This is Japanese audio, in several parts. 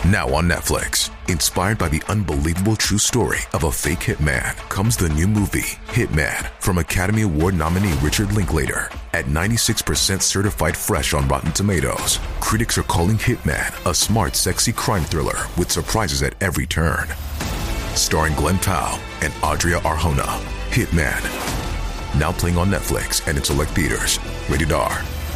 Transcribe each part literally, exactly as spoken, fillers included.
Now on Netflix, inspired by the unbelievable true story of a fake hitman, comes the new movie, Hitman, from Academy Award nominee Richard Linklater. At ninety-six percent certified fresh on Rotten Tomatoes, critics are calling Hitman a smart, sexy crime thriller with surprises at every turn. Starring Glenn Powell and Adria Arjona, Hitman. Now playing on Netflix and in select theaters. Rated R.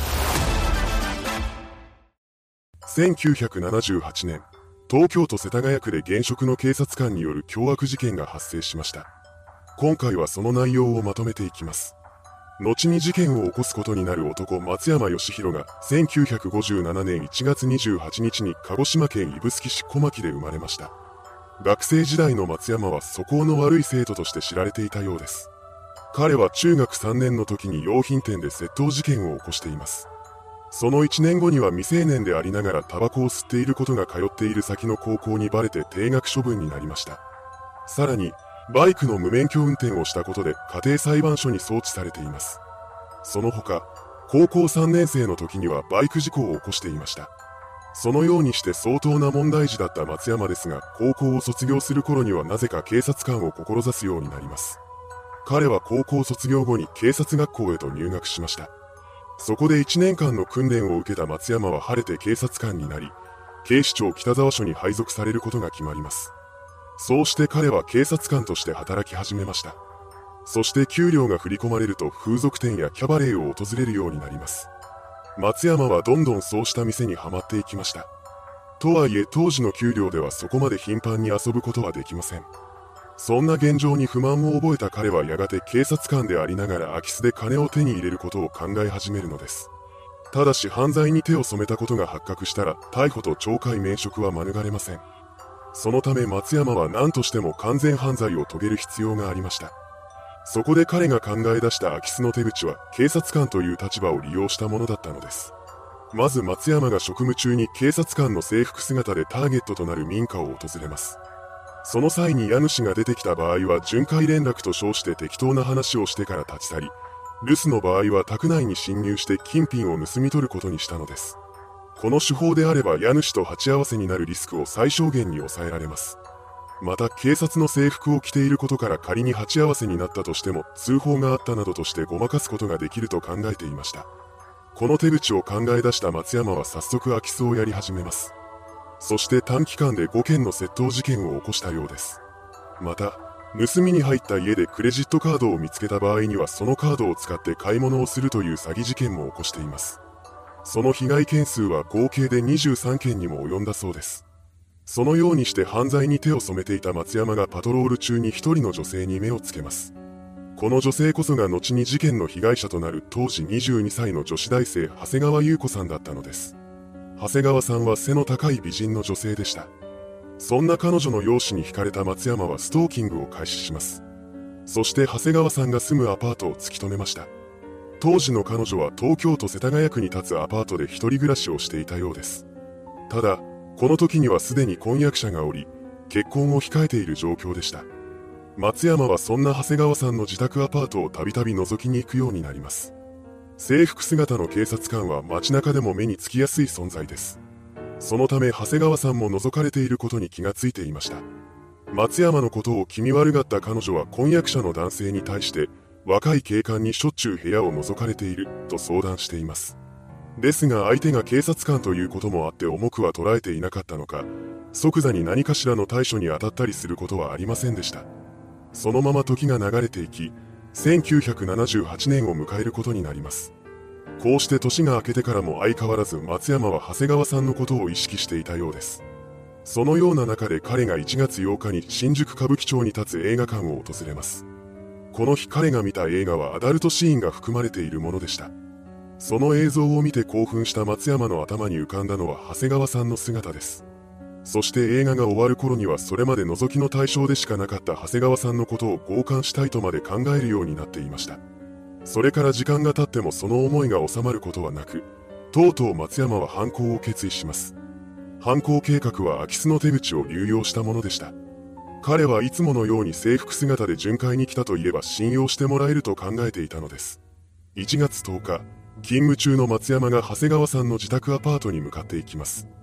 せんきゅうひゃくななじゅうはちねん、東京都世田谷区で現職の警察官による凶悪事件が発生しました。今回はその内容をまとめていきます。後に事件を起こすことになる男松山義弘がせんきゅうひゃくごじゅうななねんいちがつにじゅうはちにちに鹿児島県指宿市小牧で生まれました。学生時代の松山は素行の悪い生徒として知られていたようです。彼は中学さんねんの時に洋品店で窃盗事件を起こしています。そのいちねんごには未成年でありながらタバコを吸っていることが通っている先の高校にバレて停学処分になりました。さらに、バイクの無免許運転をしたことで家庭裁判所に送致されています。その他、高校さんねん生の時にはバイク事故を起こしていました。そのようにして相当な問題児だった松山ですが、高校を卒業する頃にはなぜか警察官を志すようになります。彼は高校卒業後に警察学校へと入学しました。そこでいちねんかんの訓練を受けた松山は晴れて警察官になり、警視庁北沢署に配属されることが決まります。そうして彼は警察官として働き始めました。そして給料が振り込まれると風俗店やキャバレーを訪れるようになります。松山はどんどんそうした店にはまっていきました。とはいえ当時の給料ではそこまで頻繁に遊ぶことはできません。そんな現状に不満を覚えた彼はやがて警察官でありながら空き巣で金を手に入れることを考え始めるのです。ただし犯罪に手を染めたことが発覚したら逮捕と懲戒免職は免れません。そのため松山は何としても完全犯罪を遂げる必要がありました。そこで彼が考え出した空き巣の手口は警察官という立場を利用したものだったのです。まず松山が職務中に警察官の制服姿でターゲットとなる民家を訪れます。その際に家主が出てきた場合は巡回連絡と称して適当な話をしてから立ち去り、留守の場合は宅内に侵入して金品を盗み取ることにしたのです。この手法であれば家主と鉢合わせになるリスクを最小限に抑えられます。また警察の制服を着ていることから仮に鉢合わせになったとしても通報があったなどとしてごまかすことができると考えていました。この手口を考え出した松山は早速空き巣をやり始めます。そして短期間でごけんの窃盗事件を起こしたようです。また、盗みに入った家でクレジットカードを見つけた場合にはそのカードを使って買い物をするという詐欺事件も起こしています。その被害件数は合計でにじゅうさんけんにも及んだそうです。そのようにして犯罪に手を染めていた松山がパトロール中に一人の女性に目をつけます。この女性こそが後に事件の被害者となる当時にじゅうにさいの女子大生長谷川優子さんだったのです。長谷川さんは背の高い美人の女性でした。そんな彼女の容姿に惹かれた松山はストーキングを開始します。そして長谷川さんが住むアパートを突き止めました。当時の彼女は東京都世田谷区に立つアパートで一人暮らしをしていたようです。ただ、この時にはすでに婚約者がおり、結婚を控えている状況でした。松山はそんな長谷川さんの自宅アパートをたびたび覗きに行くようになります。制服姿の警察官は街中でも目につきやすい存在です。そのため長谷川さんも覗かれていることに気がついていました。松山のことを気味悪がった彼女は婚約者の男性に対して若い警官にしょっちゅう部屋を覗かれていると相談しています。ですが相手が警察官ということもあって重くは捉えていなかったのか、即座に何かしらの対処に当たったりすることはありませんでした。そのまま時が流れていき、せんきゅうひゃくななじゅうはちねんを迎えることになります。こうして年が明けてからも相変わらず松山は長谷川さんのことを意識していたようです。そのような中で彼がいちがつようかに新宿歌舞伎町に立つ映画館を訪れます。この日彼が見た映画はアダルトシーンが含まれているものでした。その映像を見て興奮した松山の頭に浮かんだのは長谷川さんの姿です。そして映画が終わる頃にはそれまで覗きの対象でしかなかった長谷川さんのことを強姦したいとまで考えるようになっていました。それから時間が経ってもその思いが収まることはなく、とうとう松山は犯行を決意します。犯行計画は空き巣の手口を流用したものでした。彼はいつものように制服姿で巡回に来たといえば信用してもらえると考えていたのです。いちがつとおか、勤務中の松山が長谷川さんの自宅アパートに向かっていきます。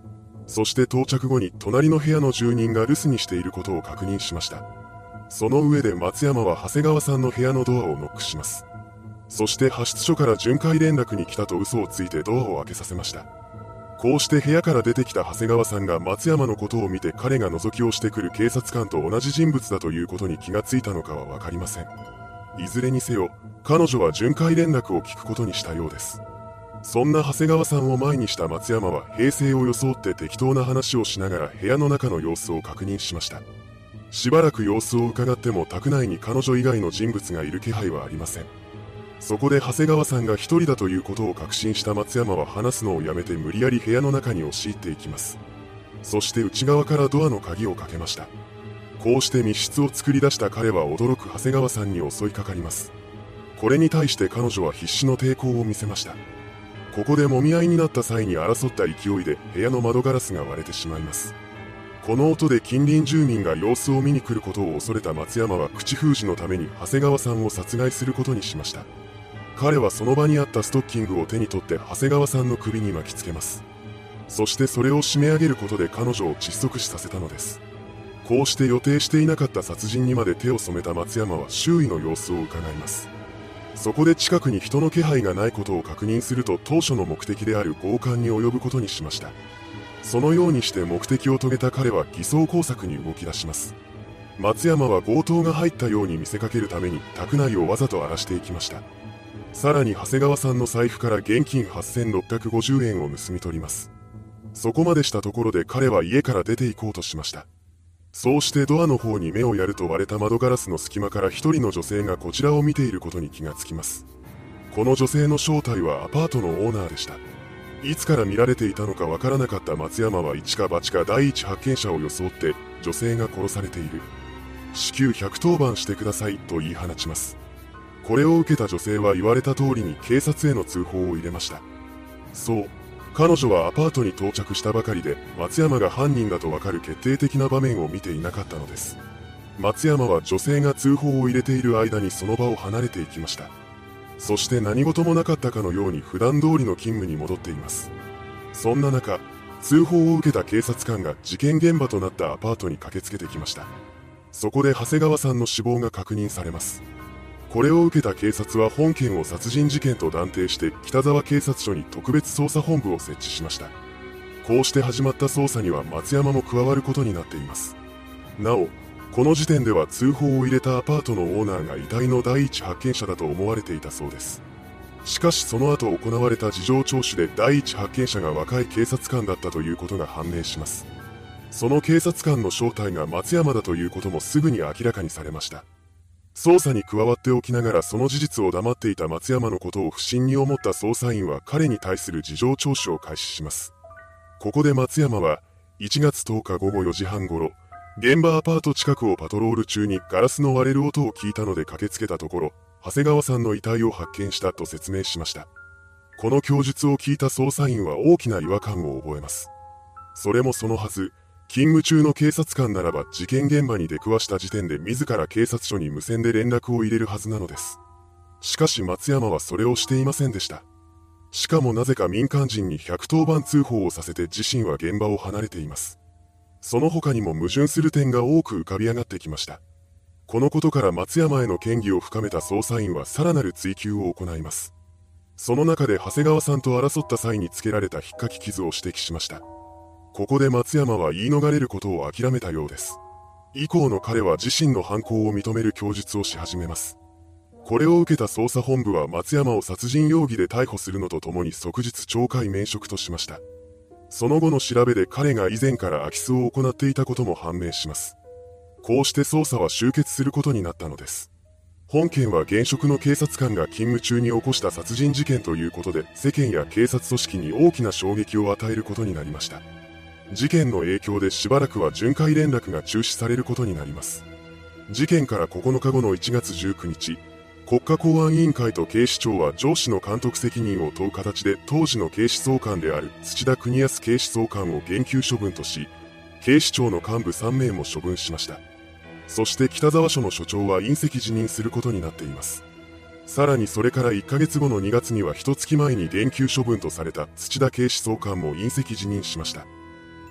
そして到着後に隣の部屋の住人が留守にしていることを確認しました。その上で松山は長谷川さんの部屋のドアをノックします。そして派出所から巡回連絡に来たと嘘をついてドアを開けさせました。こうして部屋から出てきた長谷川さんが松山のことを見て彼が覗きをしてくる警察官と同じ人物だということに気がついたのかはわかりません。いずれにせよ、彼女は巡回連絡を聞くことにしたようです。そんな長谷川さんを前にした松山は平静を装って適当な話をしながら部屋の中の様子を確認しました。しばらく様子を伺っても宅内に彼女以外の人物がいる気配はありません。そこで長谷川さんが一人だということを確信した松山は話すのをやめて無理やり部屋の中に押し入っていきます。そして内側からドアの鍵をかけました。こうして密室を作り出した彼は驚く長谷川さんに襲いかかります。これに対して彼女は必死の抵抗を見せました。ここで揉み合いになった際に争った勢いで部屋の窓ガラスが割れてしまいます。この音で近隣住民が様子を見に来ることを恐れた松山は口封じのために長谷川さんを殺害することにしました。彼はその場にあったストッキングを手に取って長谷川さんの首に巻きつけます。そしてそれを締め上げることで彼女を窒息死させたのです。こうして予定していなかった殺人にまで手を染めた松山は周囲の様子を伺います。そこで近くに人の気配がないことを確認すると当初の目的である強姦に及ぶことにしました。そのようにして目的を遂げた彼は偽装工作に動き出します。松山は強盗が入ったように見せかけるために宅内をわざと荒らしていきました。さらに長谷川さんの財布から現金はっせんろっぴゃくごじゅうえんを盗み取ります。そこまでしたところで彼は家から出て行こうとしました。そうしてドアの方に目をやると割れた窓ガラスの隙間から一人の女性がこちらを見ていることに気がつきます。この女性の正体はアパートのオーナーでした。いつから見られていたのかわからなかった松山は一か八か第一発見者を装って女性が殺されている。至急ひゃくとおばんしてくださいと言い放ちます。これを受けた女性は言われた通りに警察への通報を入れました。そう、彼女はアパートに到着したばかりで松山が犯人だとわかる決定的な場面を見ていなかったのです。松山は女性が通報を入れている間にその場を離れていきました。そして何事もなかったかのように普段通りの勤務に戻っています。そんな中、通報を受けた警察官が事件現場となったアパートに駆けつけてきました。そこで長谷川さんの死亡が確認されます。これを受けた警察は本件を殺人事件と断定して北沢警察署に特別捜査本部を設置しました。こうして始まった捜査には松山も加わることになっています。なお、この時点では通報を入れたアパートのオーナーが遺体の第一発見者だと思われていたそうです。しかしその後行われた事情聴取で第一発見者が若い警察官だったということが判明します。その警察官の正体が松山だということもすぐに明らかにされました。捜査に加わっておきながらその事実を黙っていた松山のことを不審に思った捜査員は彼に対する事情聴取を開始します。ここで松山はいちがつとおかごごよじはん頃、現場アパート近くをパトロール中にガラスの割れる音を聞いたので駆けつけたところ、長谷川さんの遺体を発見したと説明しました。この供述を聞いた捜査員は大きな違和感を覚えます。それもそのはず、勤務中の警察官ならば事件現場に出くわした時点で自ら警察署に無線で連絡を入れるはずなのです。しかし松山はそれをしていませんでした。しかもなぜか民間人にひゃくとおばん通報をさせて自身は現場を離れています。その他にも矛盾する点が多く浮かび上がってきました。このことから松山への嫌疑を深めた捜査員はさらなる追及を行います。その中で長谷川さんと争った際につけられた引っかき傷を指摘しました。ここで松山は言い逃れることを諦めたようです。以降の彼は自身の犯行を認める供述をし始めます。これを受けた捜査本部は松山を殺人容疑で逮捕するのとともに即日懲戒免職としました。その後の調べで彼が以前から空き巣を行っていたことも判明します。こうして捜査は終結することになったのです。本件は現職の警察官が勤務中に起こした殺人事件ということで世間や警察組織に大きな衝撃を与えることになりました。事件の影響でしばらくは巡回連絡が中止されることになります。事件からここのかごのいちがつじゅうくにち、国家公安委員会と警視庁は上司の監督責任を問う形で当時の警視総監である土田邦康警視総監を減給処分とし、警視庁の幹部さんめいも処分しました。そして北沢署の署長は引責辞任することになっています。さらにそれからいっかげつごのにがつには一月前に減給処分とされた土田警視総監も引責辞任しました。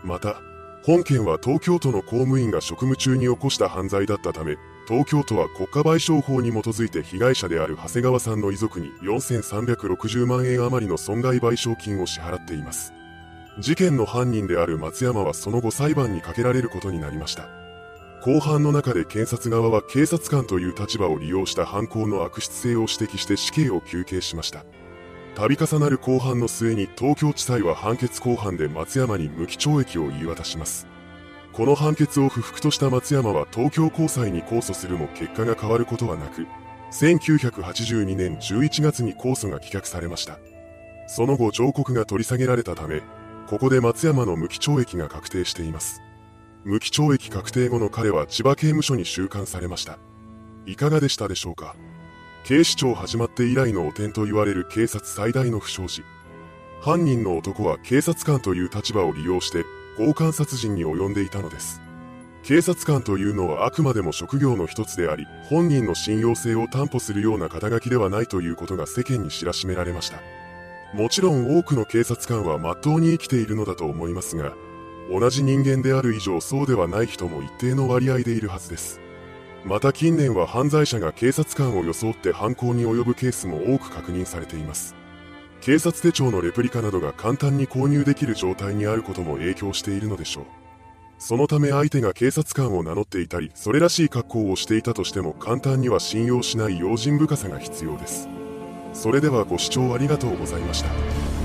また、本件は東京都の公務員が職務中に起こした犯罪だったため、東京都は国家賠償法に基づいて被害者である長谷川さんの遺族によんせんさんびゃくろくじゅうまんえん余りの損害賠償金を支払っています。事件の犯人である松山はその後裁判にかけられることになりました。公判の中で検察側は警察官という立場を利用した犯行の悪質性を指摘して死刑を求刑しました。度重なる公判の末に東京地裁は判決公判で松山に無期懲役を言い渡します。この判決を不服とした松山は東京高裁に控訴するも結果が変わることはなく、せんきゅうひゃくはちじゅうにねんじゅういちがつに控訴が棄却されました。その後上告が取り下げられたため、ここで松山の無期懲役が確定しています。無期懲役確定後の彼は千葉刑務所に収監されました。いかがでしたでしょうか。警視庁始まって以来の汚点と言われる警察最大の不祥事。犯人の男は警察官という立場を利用して強姦殺人に及んでいたのです。警察官というのはあくまでも職業の一つであり、本人の信用性を担保するような肩書きではないということが世間に知らしめられました。もちろん多くの警察官は真っ当に生きているのだと思いますが、同じ人間である以上そうではない人も一定の割合でいるはずです。また近年は犯罪者が警察官を装って犯行に及ぶケースも多く確認されています。警察手帳のレプリカなどが簡単に購入できる状態にあることも影響しているのでしょう。そのため相手が警察官を名乗っていたり、それらしい格好をしていたとしても簡単には信用しない用心深さが必要です。それではご視聴ありがとうございました。